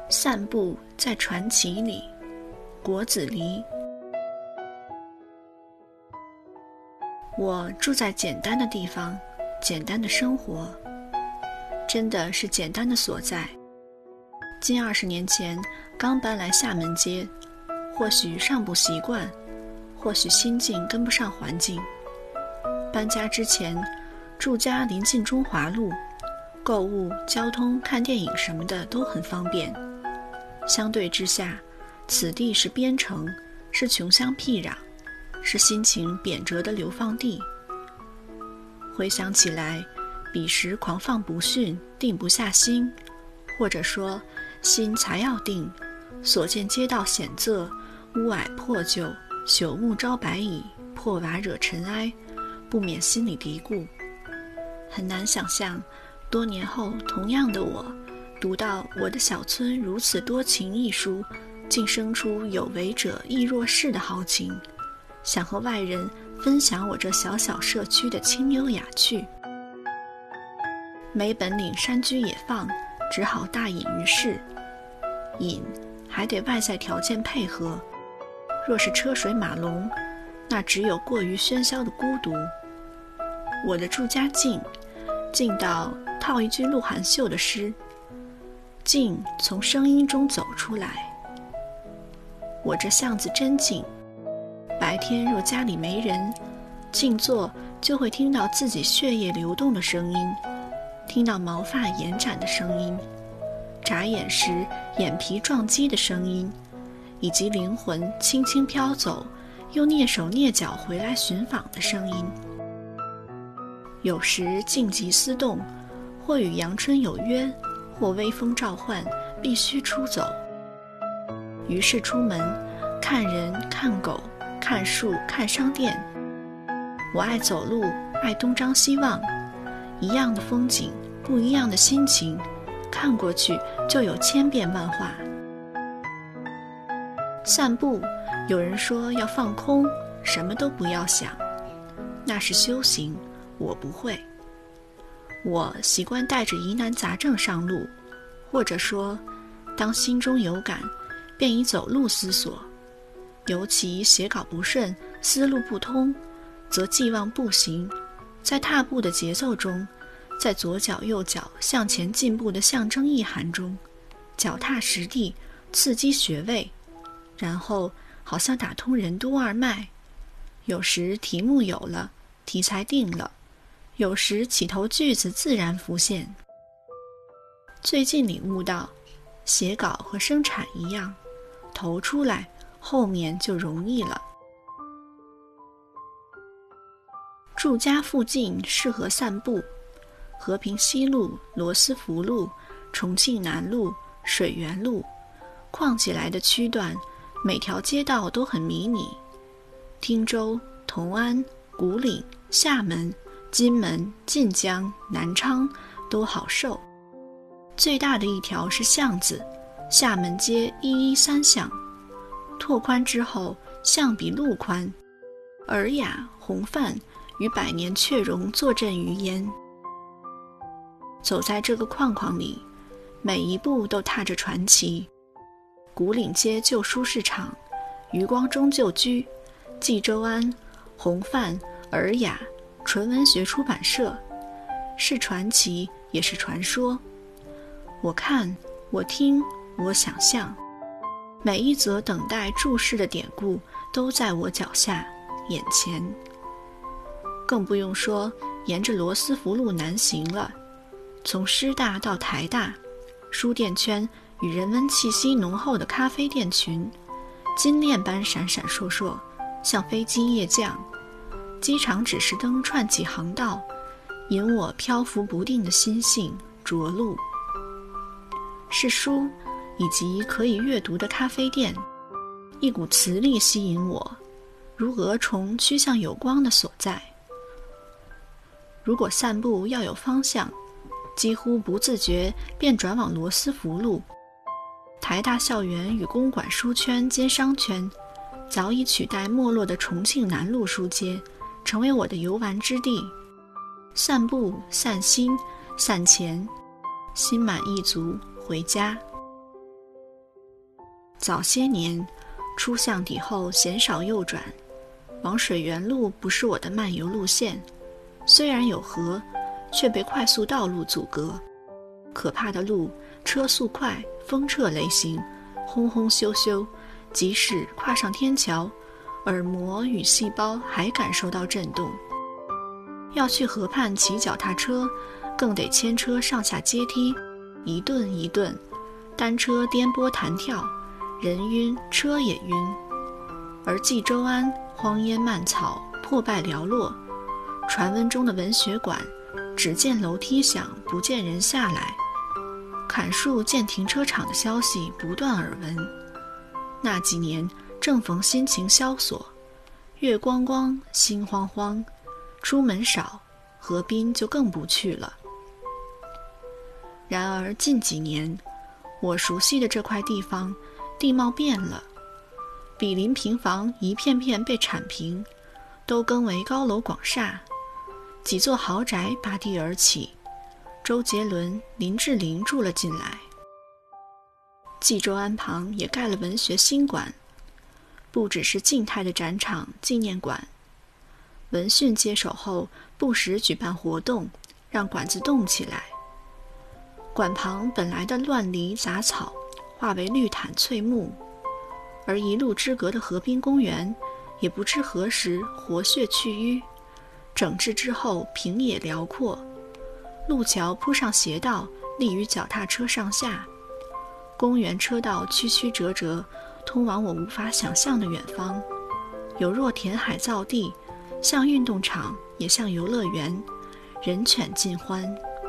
散步在传奇里，果子狸。我住在简单的地方，简单的生活，真的是简单的所在。近20年前刚搬来厦门街，或许尚不习惯，或许心境跟不上环境。搬家之前，住家临近中华路，购物、交通、看电影什么的都很方便。相对之下，此地是边城，是穷乡僻壤，是心情贬谪的流放地。回想起来，彼时狂放不驯，定不下心，或者说心才要定，所见街道险仄，屋矮破旧，朽木招白蚁，破瓦惹尘埃，不免心里嘀咕。很难想象，多年后同样的我，读到我的小村如此多情一书，竟生出有为者亦若是的豪情，想和外人分享我这小小社区的清幽雅趣。没本领山居野放，只好大隐于世。隐还得外在条件配合，若是车水马龙，那只有过于喧嚣的孤独。我的住家近，近到套一句鹿晗秀的诗，静从声音中走出来。我这巷子真静，白天若家里没人，静坐就会听到自己血液流动的声音，听到毛发延展的声音，眨眼时眼皮撞击的声音，以及灵魂轻轻飘走又蹑手蹑脚回来寻访的声音。有时静极思动，或与阳春有约，或微风召唤，必须出走。于是出门，看人，看狗，看树，看商店。我爱走路，爱东张西望，一样的风景，不一样的心情，看过去就有千变万化。散步，有人说要放空，什么都不要想，那是修行，我不会。我习惯带着疑难杂症上路，或者说，当心中有感，便以走路思索。尤其写稿不顺，思路不通，则寄望步行，在踏步的节奏中，在左脚右脚向前进步的象征意涵中，脚踏实地，刺激穴位，然后好像打通任督二脉。有时题目有了，题材定了，有时起头句子自然浮现。最近领悟到，写稿和生产一样，头出来，后面就容易了。住家附近适合散步，和平西路、罗斯福路、重庆南路、水源路，框起来的区段，每条街道都很迷你。汀州、同安、古岭、厦门、金门、晋江、南昌都好受。最大的一条是巷子，厦门街113巷，拓宽之后，巷比路宽，尔雅、红范与百年雀榕坐镇于焉。走在这个框框里，每一步都踏着传奇。古岭街旧书市场、余光中旧居、冀州庵、红范、尔雅、纯文学出版社，是传奇也是传说。我看，我听，我想象，每一则等待注释的典故都在我脚下眼前。更不用说沿着罗斯福路南行了，从师大到台大，书店圈与人文气息浓厚的咖啡店群，金链般闪闪烁烁，像飞机夜降。机场指示灯串起航道，引我漂浮不定的心性着陆。是书以及可以阅读的咖啡店，一股磁力吸引我，如蛾虫趋向有光的所在。如果散步要有方向，几乎不自觉便转往罗斯福路。台大校园与公馆书圈兼商圈，早已取代没落的重庆南路书街，成为我的游玩之地。散步、散心、散钱，心满意足回家。 早些年出象底后鲜少右转，往水源路不是我的漫游路线，虽然有河，却被快速道路阻隔。可怕的路，车速快，风掣雷行，轰轰咻咻，即使跨上天桥，耳膜与细胞还感受到震动。要去河畔骑脚踏车，更得牵车上下阶梯，一顿一顿，单车颠簸弹跳，人晕车也晕。而冀州安荒烟蔓草，破败寥落，传闻中的文学馆，只见楼梯响，不见人下来。砍树建停车场的消息不断耳闻。那几年正逢心情萧索，月光光，心慌慌，出门少，河滨就更不去了。然而近几年，我熟悉的这块地方地貌变了，比邻平房一片片被铲平，都更为高楼广厦，几座豪宅拔地而起，周杰伦、林志玲住了进来。冀州安旁也盖了文学新馆，不只是静态的展场纪念馆，文讯接手后不时举办活动，让馆子动起来。馆旁本来的乱篱杂草化为绿毯翠幕，而一路之隔的河滨公园也不知何时活血去瘀，整治之后平野辽阔，路桥铺上斜道，利于脚踏车上下。公园车道曲曲折折，通往我无法想象的远方，有若填海造地，像运动场也像游乐园，人犬尽欢。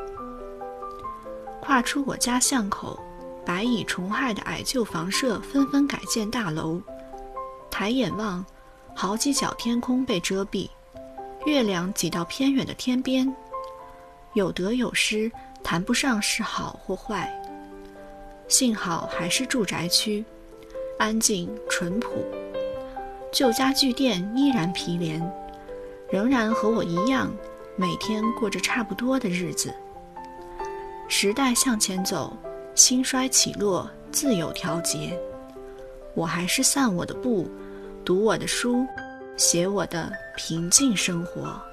跨出我家巷口，白蚁虫害的矮旧房舍纷纷改建大楼，抬眼望，好几角天空被遮蔽，月亮挤到偏远的天边，有得有失，谈不上是好或坏。幸好还是住宅区，安静淳朴，旧家具店依然毗连，仍然和我一样，每天过着差不多的日子。时代向前走，兴衰起落自有调节，我还是散我的步，读我的书，写我的平静生活。